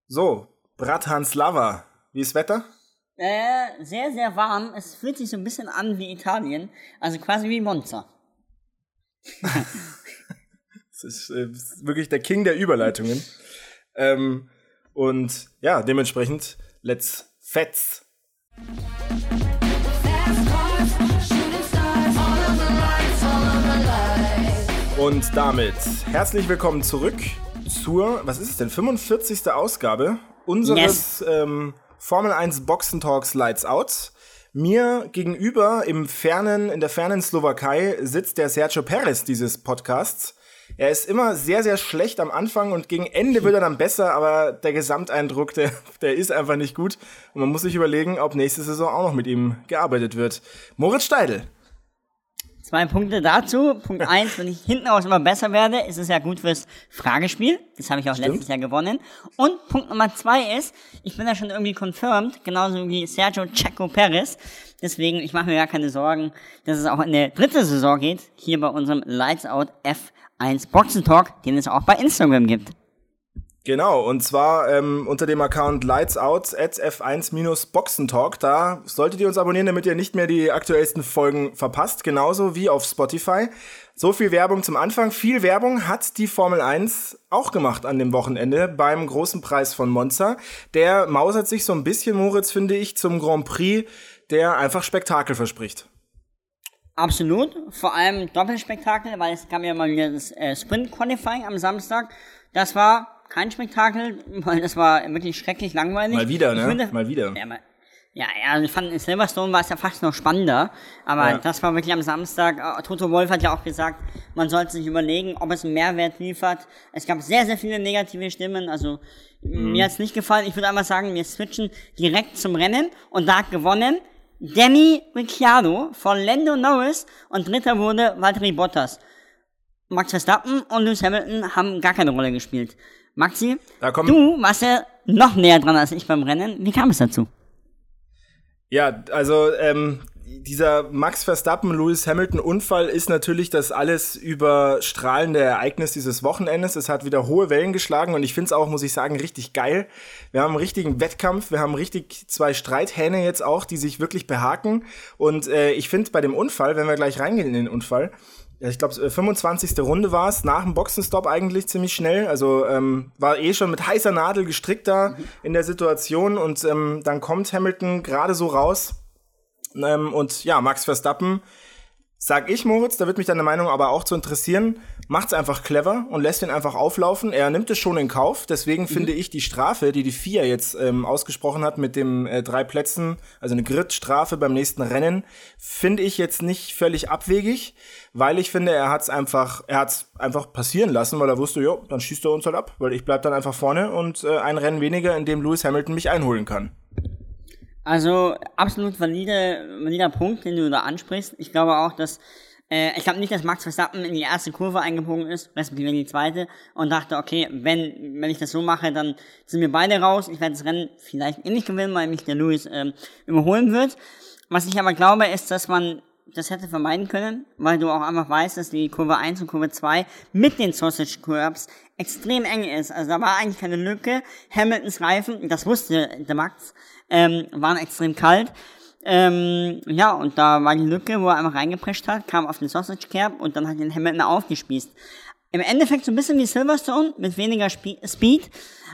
So, Bratislava. Wie ist das Wetter? Sehr, sehr warm. Es fühlt sich so ein bisschen an wie Italien. Also quasi wie Monza. Das ist wirklich der King der Überleitungen. Und ja, dementsprechend, let's fetz. Und damit herzlich willkommen zurück zur, was ist es denn, 45. Ausgabe unseres Formel 1 Boxentalks Lights Out. Mir gegenüber in der fernen Slowakei sitzt der Sergio Perez dieses Podcasts. Er ist immer sehr, sehr schlecht am Anfang und gegen Ende wird er dann besser, aber der Gesamteindruck, der ist einfach nicht gut. Und man muss sich überlegen, ob nächste Saison auch noch mit ihm gearbeitet wird. Moritz Steidl. 2 Punkte dazu. Punkt 1, wenn ich hinten raus immer besser werde, ist es ja gut fürs Fragespiel. Das habe ich auch letztes Jahr gewonnen. Und Punkt Nummer 2 ist, ich bin da schon irgendwie confirmed, genauso wie Sergio Checo Perez. Deswegen, ich mache mir gar keine Sorgen, dass es auch in der 3. Saison geht, hier bei unserem Lights Out F1 Boxentalk, den es auch bei Instagram gibt. Genau, und zwar unter dem Account lightsout@f1-boxentalk. Da solltet ihr uns abonnieren, damit ihr nicht mehr die aktuellsten Folgen verpasst, genauso wie auf Spotify. So viel Werbung zum Anfang. Viel Werbung hat die Formel 1 auch gemacht an dem Wochenende beim großen Preis von Monza. Der mausert sich so ein bisschen, Moritz, finde ich, zum Grand Prix, der einfach Spektakel verspricht. Absolut, vor allem Doppelspektakel, weil es kam ja mal wieder das Sprint-Qualifying am Samstag. Das war kein Spektakel, weil das war wirklich schrecklich langweilig. Mal wieder, ne? Mal wieder. Ja, ich fand, in Silverstone war es ja fast noch spannender, aber das war wirklich am Samstag. Toto Wolff hat ja auch gesagt, man sollte sich überlegen, ob es einen Mehrwert liefert. Es gab sehr, sehr viele negative Stimmen, also mir hat's nicht gefallen. Ich würde einmal sagen, wir switchen direkt zum Rennen und da hat gewonnen Danny Ricciardo von Lando Norris und dritter wurde Valtteri Bottas. Max Verstappen und Lewis Hamilton haben gar keine Rolle gespielt. Maxi, du warst ja noch näher dran als ich beim Rennen. Wie kam es dazu? Ja, also dieser Max Verstappen-Lewis Hamilton-Unfall ist natürlich das alles überstrahlende Ereignis dieses Wochenendes. Es hat wieder hohe Wellen geschlagen und ich finde es auch, muss ich sagen, richtig geil. Wir haben einen richtigen Wettkampf, wir haben richtig 2 Streithähne jetzt auch, die sich wirklich behaken. Und ich finde bei dem Unfall, wenn wir gleich reingehen in den Unfall, ja, ich glaube, 25. Runde war es, nach dem Boxenstopp eigentlich ziemlich schnell. Also war schon mit heißer Nadel gestrickt da in der Situation. Und dann kommt Hamilton gerade so raus. Und ja, Max Verstappen, sag ich, Moritz, da wird mich deine Meinung aber auch zu interessieren, macht's einfach clever und lässt ihn einfach auflaufen. Er nimmt es schon in Kauf. Deswegen finde ich die Strafe, die FIA jetzt ausgesprochen hat mit dem 3 Plätzen, also eine Grid-Strafe beim nächsten Rennen, finde ich jetzt nicht völlig abwegig, weil ich finde, er hat's einfach passieren lassen, weil er wusste, jo, dann schießt er uns halt ab, weil ich bleib dann einfach vorne und ein Rennen weniger, in dem Lewis Hamilton mich einholen kann. Also absolut valider Punkt, den du da ansprichst. Ich glaube auch, dass ich glaube nicht, dass Max Verstappen in die erste Kurve eingebogen ist, respektive in die zweite und dachte, okay, wenn ich das so mache, dann sind wir beide raus. Ich werde das Rennen vielleicht nicht gewinnen, weil mich der Lewis überholen wird. Was ich aber glaube, ist, dass man das hätte vermeiden können, weil du auch einfach weißt, dass die Kurve 1 und Kurve 2 mit den Sausage Curbs extrem eng ist. Also da war eigentlich keine Lücke. Hamiltons Reifen, das wusste der Max, waren extrem kalt. Ja, und da war die Lücke, wo er einfach reingeprescht hat, kam auf den Sausage Curb und dann hat den Hamilton aufgespießt. Im Endeffekt so ein bisschen wie Silverstone, mit weniger Speed.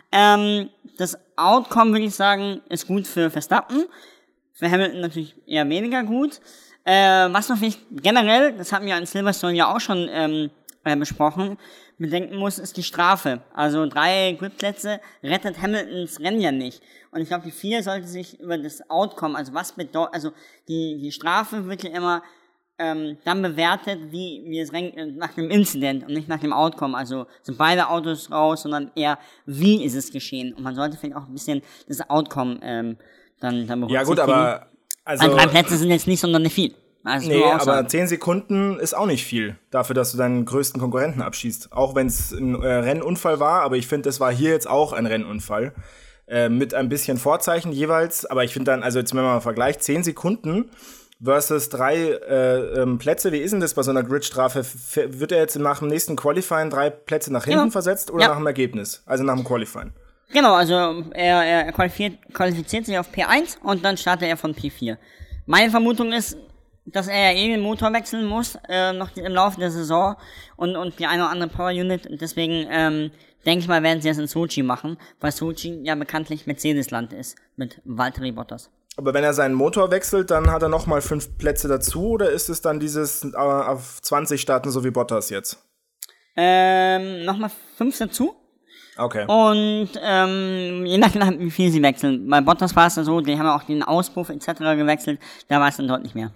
Das Outcome, würde ich sagen, ist gut für Verstappen. Für Hamilton natürlich eher weniger gut. Was noch nicht generell, das hatten wir in Silverstone ja auch schon besprochen, bedenken muss, ist die Strafe. Also 3 Gridplätze rettet Hamiltons Rennen ja nicht. Und ich glaube, die 4 sollte sich über das Outcome, also was bedeutet, also die Strafe wird ja immer dann bewertet, wie es Rennen nach dem Incident und nicht nach dem Outcome. Also sind beide Autos raus, sondern eher, wie ist es geschehen. Und man sollte vielleicht auch ein bisschen das Outcome dann berücksichtigen. Ja gut, aber also 3 Plätze sind jetzt nicht sonderlich viel. Also nee, aber 10 Sekunden ist auch nicht viel dafür, dass du deinen größten Konkurrenten abschießt. Auch wenn es ein Rennunfall war, aber ich finde, das war hier jetzt auch ein Rennunfall. Mit ein bisschen Vorzeichen jeweils. Aber ich finde dann, also jetzt wenn man mal vergleicht, 10 Sekunden versus 3 Plätze. Wie ist denn das bei so einer Gridstrafe? Wird er jetzt nach dem nächsten Qualifying 3 Plätze nach hinten versetzt oder nach dem Ergebnis? Also nach dem Qualifying? Genau, also er qualifiziert sich auf P1 und dann startet er von P4. Meine Vermutung ist, dass er den Motor wechseln muss, noch im Laufe der Saison und die eine oder andere Power Unit. Und deswegen denke ich mal, werden sie das in Sochi machen, weil Sochi ja bekanntlich Mercedes-Land ist mit Valtteri Bottas. Aber wenn er seinen Motor wechselt, dann hat er nochmal 5 Plätze dazu, oder ist es dann dieses auf 20 starten, so wie Bottas jetzt? Nochmal 5 dazu. Okay. Und je nachdem, wie viel sie wechseln. Bei Bottas war es ja so, die haben ja auch den Auspuff etc. gewechselt, da war es dann deutlich mehr.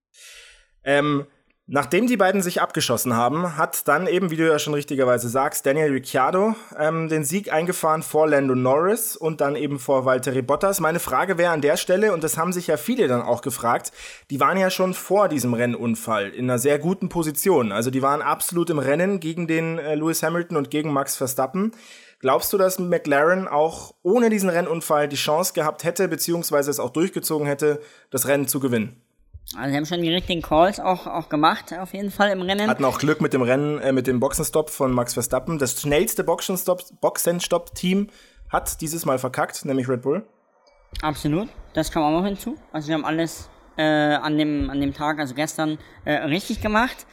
Nachdem die beiden sich abgeschossen haben, hat dann eben, wie du ja schon richtigerweise sagst, Daniel Ricciardo den Sieg eingefahren vor Lando Norris und dann eben vor Valtteri Bottas. Meine Frage wäre an der Stelle, und das haben sich ja viele dann auch gefragt, die waren ja schon vor diesem Rennunfall in einer sehr guten Position. Also die waren absolut im Rennen gegen den Lewis Hamilton und gegen Max Verstappen. Glaubst du, dass McLaren auch ohne diesen Rennunfall die Chance gehabt hätte, beziehungsweise es auch durchgezogen hätte, das Rennen zu gewinnen? Also sie haben schon die richtigen Calls auch gemacht, auf jeden Fall im Rennen. Hatten auch Glück mit dem Rennen, mit dem Boxenstopp von Max Verstappen. Das schnellste Boxenstopp-Team hat dieses Mal verkackt, nämlich Red Bull. Absolut, das kam auch noch hinzu. Also sie haben alles an dem Tag, also gestern, richtig gemacht.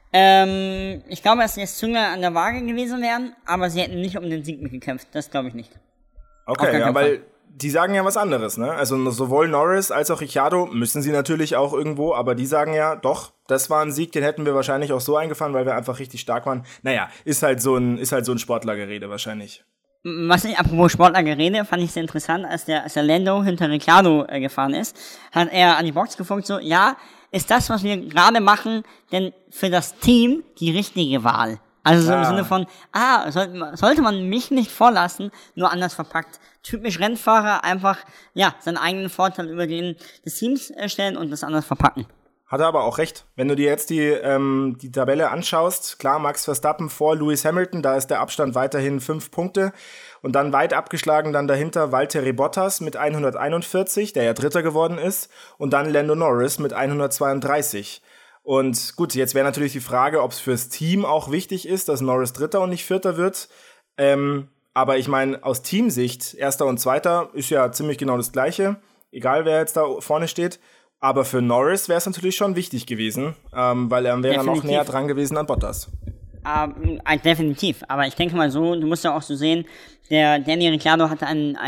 Ich glaube, dass sie jetzt Zünglein an der Waage gewesen wären, aber sie hätten nicht um den Sieg mitgekämpft. Das glaube ich nicht. Okay, ja, weil die sagen ja was anderes, ne? Also sowohl Norris als auch Ricciardo müssen sie natürlich auch irgendwo, aber die sagen ja, doch, das war ein Sieg, den hätten wir wahrscheinlich auch so eingefahren, weil wir einfach richtig stark waren. Naja, ist halt so ein Sportlergerede wahrscheinlich. Was ich, apropos Sportlergerede, fand ich sehr interessant, als der Lando hinter Ricciardo gefahren ist, hat er an die Box gefunkt, so, ja, ist das, was wir gerade machen, denn für das Team die richtige Wahl? Also so im Sinne von, sollte man mich nicht vorlassen, nur anders verpackt. Typisch Rennfahrer, einfach, ja, seinen eigenen Vorteil über den des Teams stellen und das anders verpacken. Hat er aber auch recht. Wenn du dir jetzt die Tabelle anschaust, klar, Max Verstappen vor Lewis Hamilton, da ist der Abstand weiterhin 5 Punkte. Und dann weit abgeschlagen dann dahinter Valtteri Bottas mit 141, der ja Dritter geworden ist. Und dann Lando Norris mit 132. Und gut, jetzt wäre natürlich die Frage, ob es fürs Team auch wichtig ist, dass Norris Dritter und nicht Vierter wird. Aber ich meine, aus Teamsicht, Erster und Zweiter ist ja ziemlich genau das Gleiche. Egal, wer jetzt da vorne steht. Aber für Norris wäre es natürlich schon wichtig gewesen, weil er wäre noch näher dran gewesen an Bottas. Definitiv. Aber ich denke mal so, du musst ja auch so sehen, der Daniel Ricciardo hatte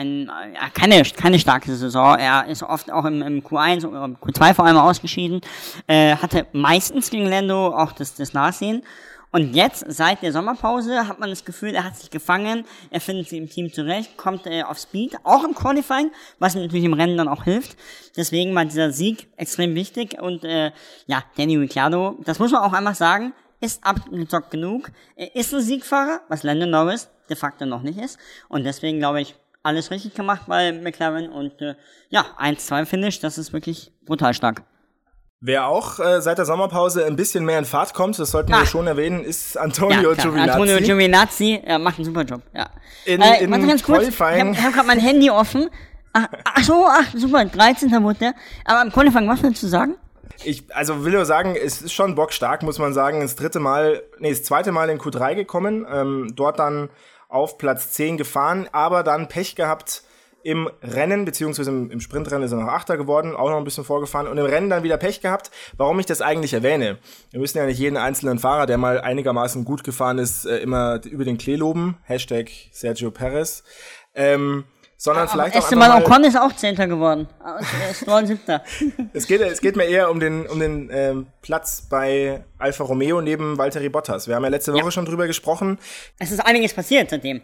keine starke Saison. Er ist oft auch im Q1 oder Q2 vor allem ausgeschieden. Hatte meistens gegen Lando auch das Nachsehen. Und jetzt, seit der Sommerpause, hat man das Gefühl, er hat sich gefangen, er findet sich im Team zurecht, kommt auf Speed, auch im Qualifying, was ihm natürlich im Rennen dann auch hilft. Deswegen war dieser Sieg extrem wichtig und Daniel Ricciardo, das muss man auch einfach sagen, ist abgezockt genug. Er ist ein Siegfahrer, was Lando Norris de facto noch nicht ist. Und deswegen glaube ich, alles richtig gemacht bei McLaren und 1-2 Finish, das ist wirklich brutal stark. Wer auch seit der Sommerpause ein bisschen mehr in Fahrt kommt, das sollten wir schon erwähnen, ist Antonio Giovinazzi. Antonio Giovinazzi macht einen super Job, ja. Warte ganz kurz, ich hab gerade mein Handy offen. Super, 13. wurde der. Aber im Qualifying, was willst du sagen? Ich will nur sagen, es ist schon bockstark, muss man sagen. Das zweite Mal in Q3 gekommen, dort dann auf Platz 10 gefahren, aber dann Pech gehabt im Rennen, beziehungsweise im Sprintrennen ist er noch Achter geworden, auch noch ein bisschen vorgefahren und im Rennen dann wieder Pech gehabt. Warum ich das eigentlich erwähne? Wir müssen ja nicht jeden einzelnen Fahrer, der mal einigermaßen gut gefahren ist, immer über den Klee loben. Hashtag Sergio Perez. Sondern vielleicht auch Esteban Ocon ist auch 10. geworden. Stroll 7. Es geht mir eher um den Platz bei Alfa Romeo neben Valtteri Bottas. Wir haben ja letzte Woche schon drüber gesprochen. Es ist einiges passiert seitdem.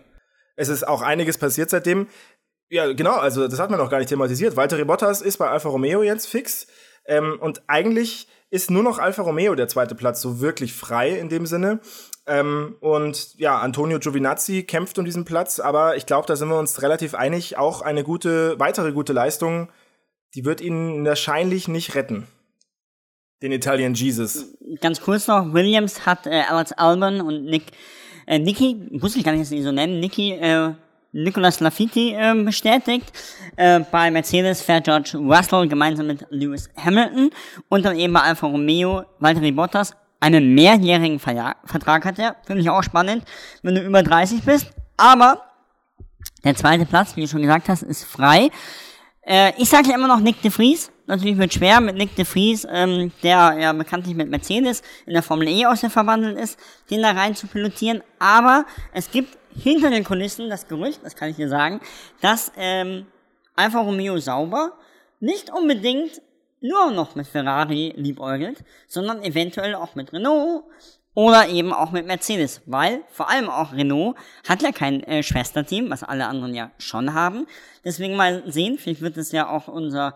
Ja, genau, also das hat man noch gar nicht thematisiert. Valtteri Bottas ist bei Alfa Romeo jetzt fix. Und eigentlich ist nur noch Alfa Romeo der zweite Platz so wirklich frei in dem Sinne. Und ja, Antonio Giovinazzi kämpft um diesen Platz, aber ich glaube, da sind wir uns relativ einig, auch eine weitere gute Leistung, die wird ihn wahrscheinlich nicht retten. Den Italian Jesus. Ganz kurz noch, Williams hat Alex Albon und Niki, muss ich gar nicht so nennen, Nicolas Latifi bestätigt. Bei Mercedes fährt George Russell gemeinsam mit Lewis Hamilton und dann eben bei Alfa Romeo Valtteri Bottas. Einen mehrjährigen Vertrag hat er. Finde ich auch spannend, wenn du über 30 bist. Aber Der zweite Platz, wie du schon gesagt hast, ist frei. Ich sage ja immer noch Nick de Vries. Natürlich wird schwer mit Nick de Vries, der ja bekanntlich mit Mercedes in der Formel E aus der verwandelt ist, den da rein zu pilotieren. Aber es gibt hinter den Kulissen das Gerücht, das kann ich dir sagen, dass Alfa Romeo Sauber nicht unbedingt nur noch mit Ferrari liebäugelt, sondern eventuell auch mit Renault oder eben auch mit Mercedes, weil vor allem auch Renault hat ja kein Schwesterteam, was alle anderen ja schon haben. Deswegen mal sehen, vielleicht wird es ja auch unser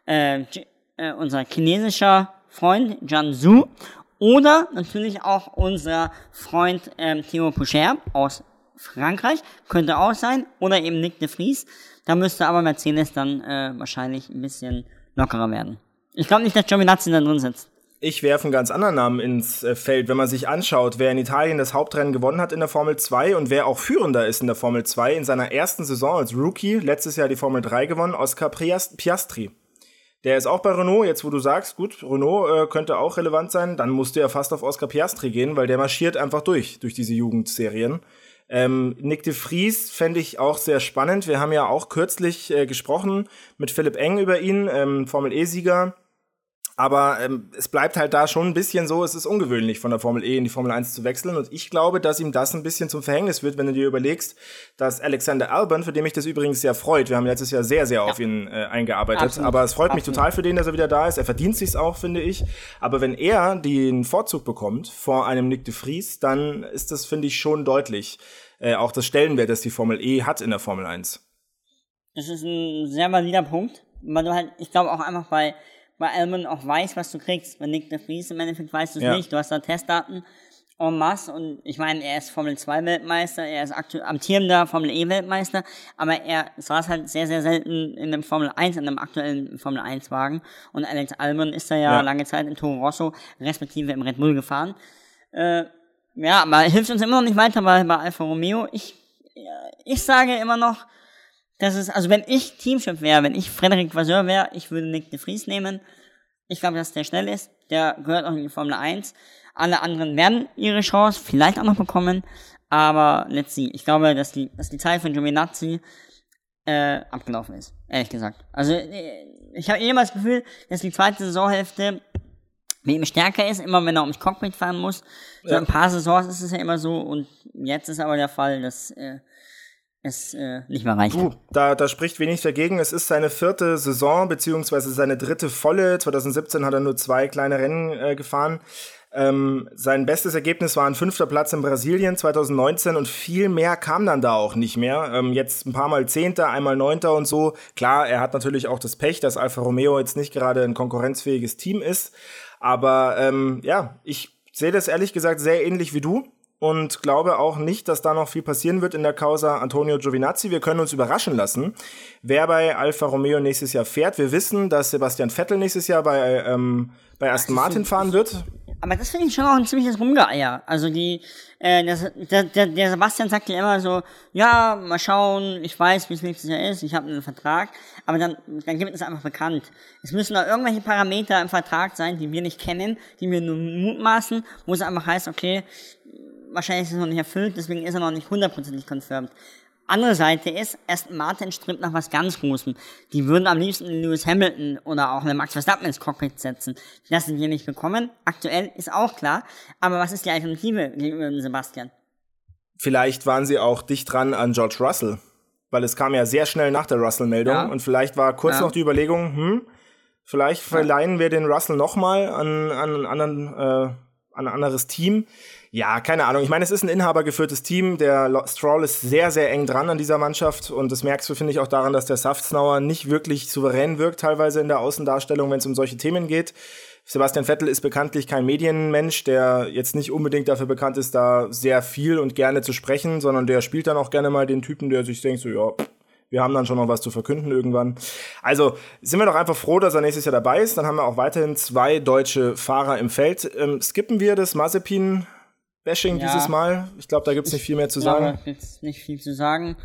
chinesischer Freund Jiangsu oder natürlich auch unser Freund Theo Pourchaire aus Frankreich, könnte auch sein, oder eben Nick de Vries. Da müsste aber Mercedes dann wahrscheinlich ein bisschen lockerer werden. Ich glaube nicht, dass Giovinazzi da drin sitzt. Ich werfe einen ganz anderen Namen ins Feld, wenn man sich anschaut, wer in Italien das Hauptrennen gewonnen hat in der Formel 2 und wer auch Führender ist in der Formel 2 in seiner ersten Saison als Rookie, letztes Jahr die Formel 3 gewonnen, Oscar Piastri. Der ist auch bei Renault, jetzt wo du sagst, gut, Renault könnte auch relevant sein, dann musst du ja fast auf Oscar Piastri gehen, weil der marschiert einfach durch diese Jugendserien. Nick de Vries fände ich auch sehr spannend. Wir haben ja auch kürzlich gesprochen mit Philipp Eng über ihn, Formel-E-Sieger. Aber es bleibt halt da schon ein bisschen so, es ist ungewöhnlich, von der Formel E in die Formel 1 zu wechseln. Und ich glaube, dass ihm das ein bisschen zum Verhängnis wird, wenn du dir überlegst, dass Alexander Albon, für den mich das übrigens sehr freut, wir haben letztes Jahr sehr, sehr auf ihn eingearbeitet, absolut. Aber es freut mich total für den, dass er wieder da ist. Er verdient sich's auch, finde ich. Aber wenn er den Vorzug bekommt vor einem Nick de Vries, dann ist das, finde ich, schon deutlich. Auch das Stellenwert, das die Formel E hat in der Formel 1. Das ist ein sehr valider Punkt, weil du halt, ich glaube auch einfach bei Albon auch weiß, was du kriegst. Bei Nick de Vries im Endeffekt weißt du es nicht. Du hast da Testdaten en masse und ich meine, er ist Formel 2 Weltmeister, er ist aktuell amtierender Formel E Weltmeister, aber er saß halt sehr, sehr selten in einem Formel 1, in einem aktuellen Formel 1 Wagen und Alex Albon ist da ja lange Zeit in Toro Rosso, respektive im Red Bull gefahren. Ja, aber hilft uns immer noch nicht weiter bei Alfa Romeo. Ich sage immer noch, das ist, also wenn ich Teamchef wäre, wenn ich Frédéric Vasseur wäre, ich würde Nick de Vries nehmen. Ich glaube, dass der schnell ist. Der gehört auch in die Formel 1. Alle anderen werden ihre Chance vielleicht auch noch bekommen. Aber let's see. Ich glaube, dass die Zeit von Giovinazzi abgelaufen ist. Ehrlich gesagt. Also ich habe immer das Gefühl, dass die zweite Saisonhälfte mit ihm stärker ist, immer wenn er ums Cockpit fahren muss. So ein paar Saisons ist es ja immer so. Und jetzt ist aber der Fall, dass es nicht mehr reicht. Da spricht wenig dagegen. Es ist seine 4. Saison, beziehungsweise seine 3. volle. 2017 hat er nur 2 kleine Rennen gefahren. Sein bestes Ergebnis war ein 5. Platz in Brasilien 2019 und viel mehr kam dann da auch nicht mehr. Jetzt ein paar Mal 10., einmal 9. und so. Klar, er hat natürlich auch das Pech, dass Alfa Romeo jetzt nicht gerade ein konkurrenzfähiges Team ist. Aber ich sehe das ehrlich gesagt sehr ähnlich wie du. Und glaube auch nicht, dass da noch viel passieren wird in der Causa Antonio Giovinazzi. Wir können uns überraschen lassen, wer bei Alfa Romeo nächstes Jahr fährt. Wir wissen, dass Sebastian Vettel nächstes Jahr bei Aston Martin fahren wird. Aber das finde ich schon auch ein ziemliches Rumgeeier. Also der Sebastian sagt ja immer so, ja, mal schauen, ich weiß, wie es nächstes Jahr ist, ich habe einen Vertrag. Aber dann gibt es einfach bekannt. Es müssen da irgendwelche Parameter im Vertrag sein, die wir nicht kennen, die wir nur mutmaßen, wo es einfach heißt, okay, wahrscheinlich ist es noch nicht erfüllt, deswegen ist er noch nicht 100% confirmed. Andere Seite ist, Aston Martin strebt nach was ganz Großem. Die würden am liebsten Lewis Hamilton oder auch einen Max Verstappen ins Cockpit setzen. Das sind wir nicht bekommen. Aktuell ist auch klar. Aber was ist die Alternative gegenüber dem Sebastian? Vielleicht waren sie auch dicht dran an George Russell. Weil es kam ja sehr schnell nach der Russell-Meldung. Und vielleicht war kurz noch die Überlegung, vielleicht verleihen wir den Russell nochmal an ein anderes Team. Ja, keine Ahnung. Ich meine, es ist ein inhabergeführtes Team. Der Stroll ist sehr, sehr eng dran an dieser Mannschaft. Und das merkst du, finde ich, auch daran, dass der Saftsnauer nicht wirklich souverän wirkt, teilweise in der Außendarstellung, wenn es um solche Themen geht. Sebastian Vettel ist bekanntlich kein Medienmensch, der jetzt nicht unbedingt dafür bekannt ist, da sehr viel und gerne zu sprechen, sondern der spielt dann auch gerne mal den Typen, der sich denkt, so, ja, wir haben dann schon noch was zu verkünden irgendwann. Also sind wir doch einfach froh, dass er nächstes Jahr dabei ist. Dann haben wir auch weiterhin 2 deutsche Fahrer im Feld. Skippen wir das Mazepin-Bashing dieses Mal? Ich glaube, da gibt's nicht viel mehr zu sagen. Da gibt's nicht viel zu sagen.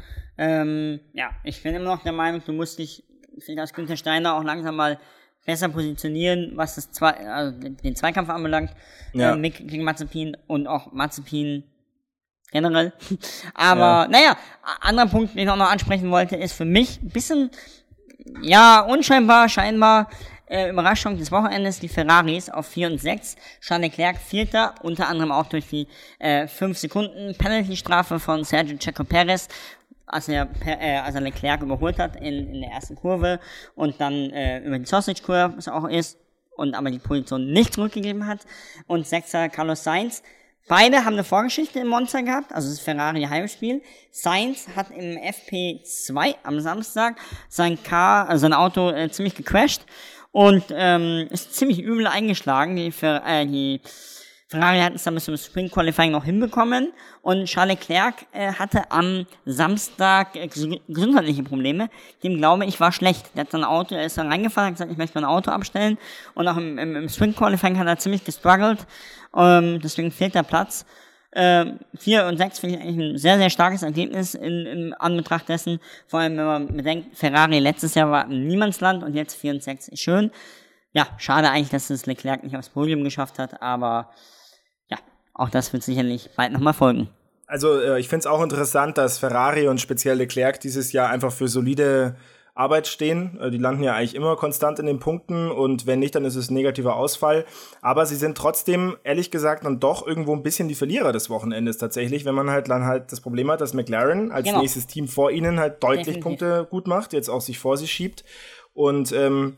Ich bin immer noch der Meinung, du musst dich vielleicht als Günther Steiner auch langsam mal besser positionieren, was den Zweikampf anbelangt. Mick gegen Mazepin und auch Mazepin generell. Aber, naja, anderer Punkt, den ich auch noch ansprechen wollte, ist für mich ein bisschen, scheinbar, Überraschung des Wochenendes, die Ferraris auf 4 und 6. Charles Leclerc Vierter, unter anderem auch durch die 5 Sekunden Penalty-Strafe von Sergio Checo Perez, als er Leclerc überholt hat in der ersten Kurve und dann über die Sausage-Kurve, was auch ist, und aber die Position nicht zurückgegeben hat. Und 6er Carlos Sainz. Beide haben eine Vorgeschichte im Monza gehabt, also das Ferrari-Heimspiel. Sainz hat im FP2 am Samstag sein Auto ziemlich gecrashed und ist ziemlich übel eingeschlagen. Die Ferrari hat es dann bis zum Sprint Qualifying noch hinbekommen und Charles Leclerc hatte am Samstag gesundheitliche Probleme. Dem glaube ich war schlecht. Der ist dann reingefahren, hat gesagt, ich möchte mein Auto abstellen und auch im Sprint Qualifying hat er ziemlich gestruggelt. Deswegen fehlt der Platz. 4 und 6 finde ich eigentlich ein sehr, sehr starkes Ergebnis in Anbetracht dessen. Vor allem, wenn man bedenkt, Ferrari letztes Jahr war im Niemandsland und jetzt 4 und 6 ist schön. Ja, schade eigentlich, dass es Leclerc nicht aufs Podium geschafft hat, aber ja, auch das wird sicherlich bald nochmal folgen. Also ich finde es auch interessant, dass Ferrari und speziell Leclerc dieses Jahr einfach für solide Arbeit stehen. Die landen ja eigentlich immer konstant in den Punkten und wenn nicht, dann ist es ein negativer Ausfall. Aber sie sind trotzdem, ehrlich gesagt, dann doch irgendwo ein bisschen die Verlierer des Wochenendes tatsächlich, wenn man dann halt das Problem hat, dass McLaren als nächstes Team vor ihnen halt deutlich Punkte gut macht, jetzt auch sich vor sie schiebt. Und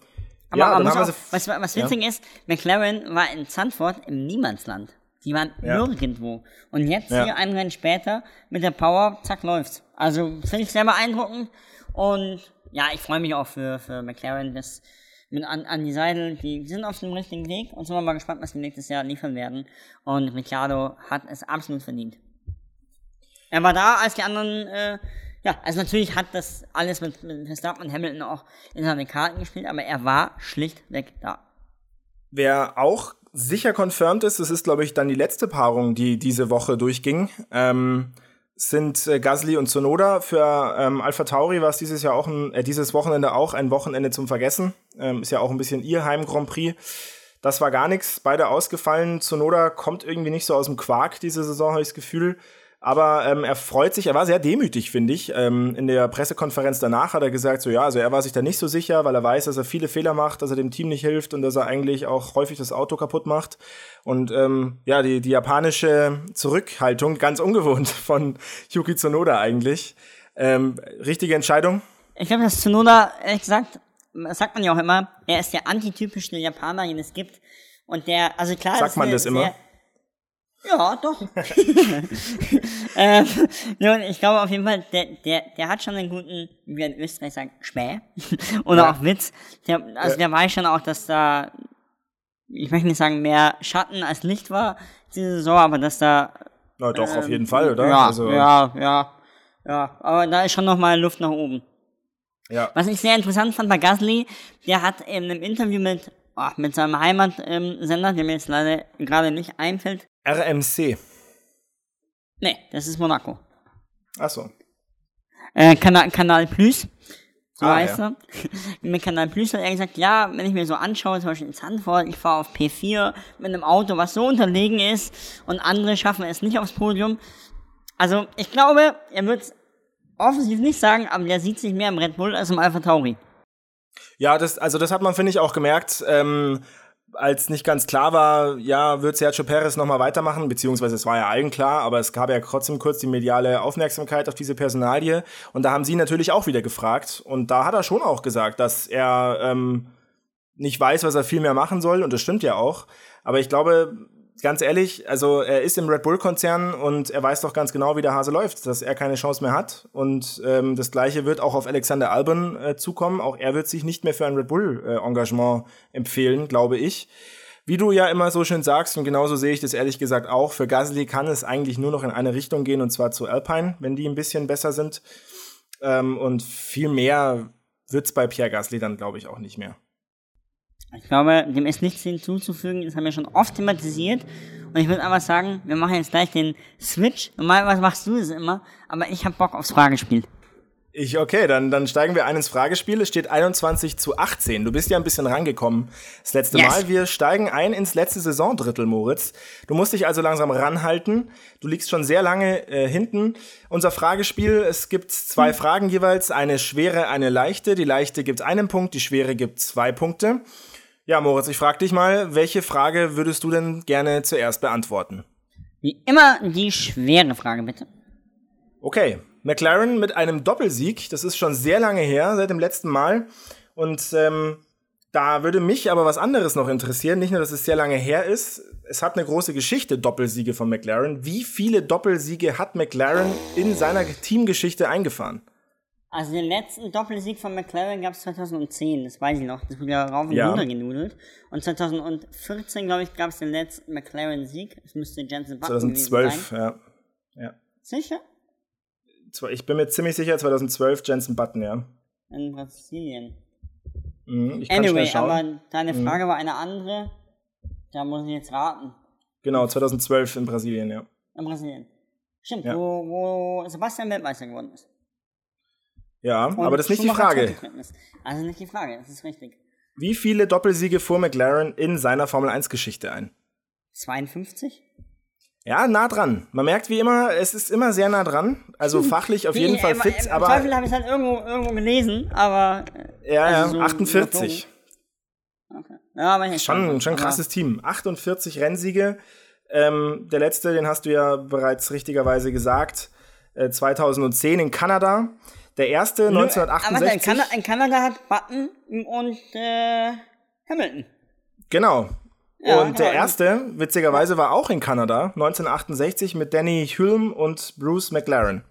was witzig ist, McLaren war in Zandvoort im Niemandsland. Die waren nirgendwo. Und jetzt hier ein Rennen später mit der Power, zack, läuft's. Also finde ich sehr beeindruckend und ja, ich freue mich auch für McLaren, das mit Andy Seidel, die sind auf dem richtigen Weg und sind wir mal gespannt, was die nächstes Jahr liefern werden. Und Ricciardo hat es absolut verdient. Er war da, als die anderen, also natürlich hat das alles mit Verstappen und Hamilton auch in seine Karten gespielt, aber er war schlichtweg da. Wer auch sicher confirmed ist, das ist, glaube ich, dann die letzte Paarung, die diese Woche durchging, sind Gasly und Tsunoda. Für AlphaTauri war es dieses Wochenende auch ein Wochenende zum Vergessen. Ist ja auch ein bisschen ihr Heim-Grand Prix. Das war gar nichts, beide ausgefallen. Tsunoda kommt irgendwie nicht so aus dem Quark diese Saison, habe ich das Gefühl. Aber er freut sich, er war sehr demütig, finde ich. In der Pressekonferenz danach hat er gesagt, also er war sich da nicht so sicher, weil er weiß, dass er viele Fehler macht, dass er dem Team nicht hilft und dass er eigentlich auch häufig das Auto kaputt macht. Und die japanische Zurückhaltung, ganz ungewohnt von Yuki Tsunoda eigentlich. Richtige Entscheidung? Ich glaube, dass Tsunoda, ehrlich gesagt, das sagt man ja auch immer, er ist der antitypischste Japaner, den es gibt. Und sagt man das immer? Ja, doch. Ich glaube auf jeden Fall, der hat schon einen guten, wie wir in Österreich sagen, Schmäh. Oder auch Witz. Der weiß schon auch, dass da, ich möchte nicht sagen, mehr Schatten als Licht war, diese Saison, aber dass da. Na doch, auf jeden Fall, oder? Ja. Aber da ist schon nochmal Luft nach oben. Ja. Was ich sehr interessant fand bei Gasly, der hat in einem Interview mit seinem Heimatsender, der mir jetzt leider gerade nicht einfällt. RMC. Nee, das ist Monaco. Ach so. Kanal Plus. So heißt er. Mit Kanal Plus hat er gesagt, ja, wenn ich mir so anschaue, zum Beispiel in Zandvoort, ich fahre auf P4 mit einem Auto, was so unterlegen ist und andere schaffen es nicht aufs Podium. Also, ich glaube, er wird es offensiv nicht sagen, aber der sieht sich mehr im Red Bull als im AlphaTauri. Ja, das hat man, finde ich, auch gemerkt, als nicht ganz klar war, wird Sergio Perez nochmal weitermachen, beziehungsweise es war ja allen klar, aber es gab ja trotzdem kurz die mediale Aufmerksamkeit auf diese Personalie und da haben sie natürlich auch wieder gefragt und da hat er schon auch gesagt, dass er nicht weiß, was er viel mehr machen soll und das stimmt ja auch, aber ich glaube, ganz ehrlich, also er ist im Red Bull-Konzern und er weiß doch ganz genau, wie der Hase läuft, dass er keine Chance mehr hat und das Gleiche wird auch auf Alexander Albon zukommen. Auch er wird sich nicht mehr für ein Red Bull-Engagement empfehlen, glaube ich. Wie du ja immer so schön sagst, und genauso sehe ich das ehrlich gesagt auch, für Gasly kann es eigentlich nur noch in eine Richtung gehen, und zwar zu Alpine, wenn die ein bisschen besser sind. Und viel mehr wird's bei Pierre Gasly dann, glaube ich, auch nicht mehr. Ich glaube, dem ist nichts hinzuzufügen, das haben wir schon oft thematisiert. Und ich würde einfach sagen, wir machen jetzt gleich den Switch. Normalerweise machst du das immer, aber ich habe Bock aufs Fragespiel. Okay, dann steigen wir ein ins Fragespiel. Es steht 21:18. Du bist ja ein bisschen rangekommen das letzte Mal. Wir steigen ein ins letzte Saisondrittel, Moritz. Du musst dich also langsam ranhalten. Du liegst schon sehr lange hinten. Unser Fragespiel, es gibt 2 Fragen jeweils. Eine schwere, eine leichte. Die leichte gibt 1 Punkt, die schwere gibt 2 Punkte. Ja, Moritz, ich frage dich mal, welche Frage würdest du denn gerne zuerst beantworten? Wie immer die schwere Frage, bitte. Okay. McLaren mit einem Doppelsieg, das ist schon sehr lange her, seit dem letzten Mal. Und da würde mich aber was anderes noch interessieren. Nicht nur, dass es sehr lange her ist, es hat eine große Geschichte, Doppelsiege von McLaren. Wie viele Doppelsiege hat McLaren in seiner Teamgeschichte eingefahren? Also den letzten Doppelsieg von McLaren gab es 2010, das weiß ich noch. Das wurde ja rauf und runter genudelt. Und 2014, glaube ich, gab es den letzten McLaren-Sieg. Das müsste Jenson Button 2012, gewesen sein. Ja. Sicher? Ich bin mir ziemlich sicher, 2012 Jenson Button, ja. In Brasilien. Ich kann schnell schauen. Aber deine Frage war eine andere. Da muss ich jetzt raten. Genau, 2012 in Brasilien, ja. In Brasilien. Stimmt, Ja. wo Sebastian Weltmeister geworden ist. Ja, Und aber das ist nicht die Schumacher Frage. zurückgetreten ist. Also nicht die Frage, das ist richtig. Wie viele Doppelsiege fuhr McLaren in seiner Formel-1-Geschichte ein? 52? Ja, nah dran. Man merkt wie immer, es ist immer sehr nah dran. Also fachlich auf jeden Fall fit, Im aber Zweifel habe ich es halt irgendwo gelesen, aber... ja, so 48. Okay. Ja, aber ich Schon ein krasses Team. 48 Rennsiege. Der letzte, den hast du ja bereits richtigerweise gesagt, 2010 in Kanada. Der erste 1968. Aber in Kanada hat Button und Hamilton. Genau. Ja, und der erste, witzigerweise, war auch in Kanada, 1968 mit Danny Hulme und Bruce McLaren.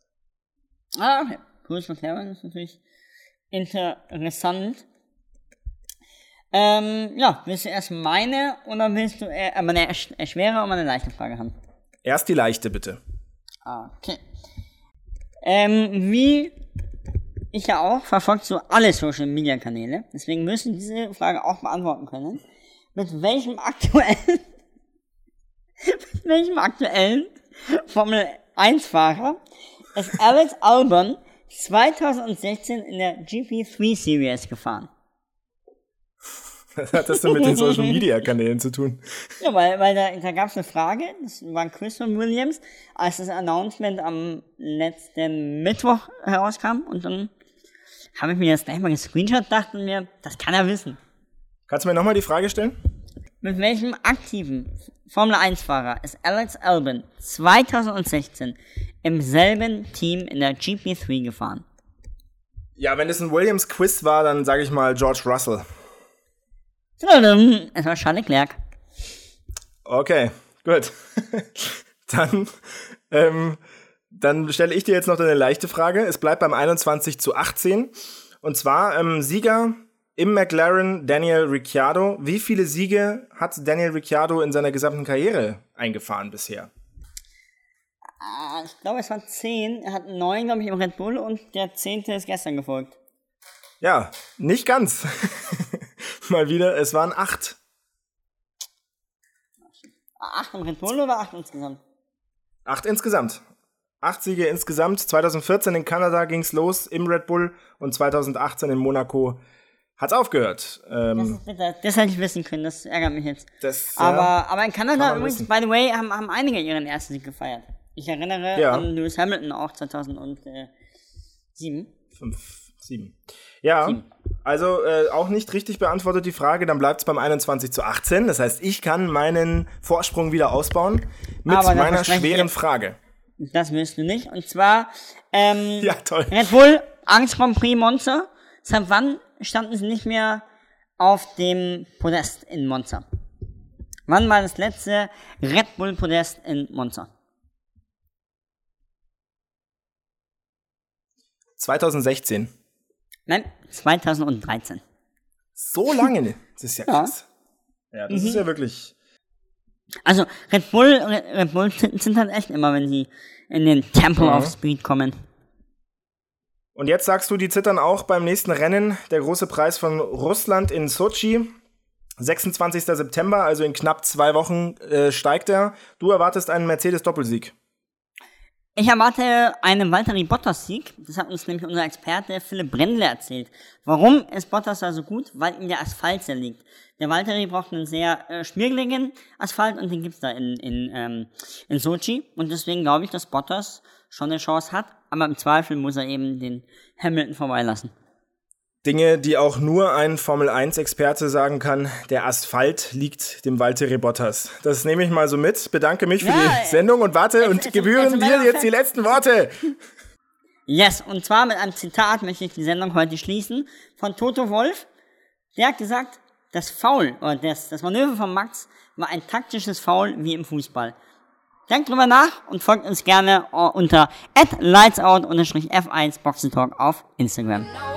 Ah, okay. Bruce McLaren ist natürlich interessant. Willst du erst meine oder willst du eine schwere oder eine leichte Frage haben? Erst die leichte, bitte. Okay. Wie ich ja auch, verfolgst du alle Social-Media-Kanäle. Deswegen müssen wir diese Frage auch beantworten können. Mit welchem aktuellen Formel-1-Fahrer ist Alex Albon 2016 in der GP3 Series gefahren? Was hat das denn mit den Social-Media-Kanälen zu tun? Ja, weil da gab es eine Frage, das war Chris von Williams, als das Announcement am letzten Mittwoch herauskam und dann habe ich mir das gleich mal gescreenshot, dachte mir, das kann er wissen. Kannst du mir nochmal die Frage stellen? Mit welchem aktiven Formel-1-Fahrer ist Alex Albon 2016 im selben Team in der GP3 gefahren? Ja, wenn es ein Williams-Quiz war, dann sage ich mal George Russell. Es war Charles Leclerc. Okay, gut. Dann stelle ich dir jetzt noch eine leichte Frage. Es bleibt beim 21:18. Und zwar Sieger im McLaren Daniel Ricciardo. Wie viele Siege hat Daniel Ricciardo in seiner gesamten Karriere eingefahren bisher? Ich glaube, es waren 10. Er hat 9, glaube ich, im Red Bull und der 10. ist gestern gefolgt. Ja, nicht ganz. Mal wieder, es waren 8. 8 im Red Bull oder 8 insgesamt? 8 insgesamt. 8 Siege insgesamt. 2014 in Kanada ging's los im Red Bull und 2018 in Monaco hat's aufgehört. Das ist bitter. Das hätte ich wissen können, das ärgert mich jetzt. Das, aber in Kanada übrigens, wissen. by the way, haben einige ihren ersten Sieg gefeiert. Ich erinnere an Lewis Hamilton auch 2007. 7. Ja, 7. also auch nicht richtig beantwortet die Frage, dann bleibt's beim 21:18. Das heißt, ich kann meinen Vorsprung wieder ausbauen mit meiner schweren Frage. Das willst du nicht. Und zwar ja, toll. Red Bull Angst Grand Prix Monza. Seit wann standen sie nicht mehr auf dem Podest in Monza? Wann war das letzte Red Bull Podest in Monza? 2016. Nein, 2013. So lange? Das ist ja krass. Ja, das ist ja wirklich... Also Red Bull sind halt echt immer, wenn sie in den Temple of Speed kommen. Und jetzt sagst du, die zittern auch beim nächsten Rennen, der große Preis von Russland in Sochi. 26. September, also in knapp 2 Wochen steigt er. Du erwartest einen Mercedes-Doppelsieg. Ich erwarte einen Valtteri Bottas-Sieg. Das hat uns nämlich unser Experte Philipp Brendle erzählt. Warum ist Bottas da so gut? Weil ihm der Asphalt sehr liegt. Der Valtteri braucht einen sehr schmiergligen Asphalt und den gibt's da in Sochi. Und deswegen glaube ich, dass Bottas schon eine Chance hat. Aber im Zweifel muss er eben den Hamilton vorbeilassen. Dinge, die auch nur ein Formel-1-Experte sagen kann, der Asphalt liegt dem Valtteri Bottas. Das nehme ich mal so mit, bedanke mich für die Sendung und warte und gebühren dir jetzt die letzten Worte. Yes, und zwar mit einem Zitat möchte ich die Sendung heute schließen von Toto Wolff. Der hat gesagt, das Foul oder das Manöver von Max war ein taktisches Foul wie im Fußball. Denkt drüber nach und folgt uns gerne unter @lightsout_f1boxentalk auf Instagram.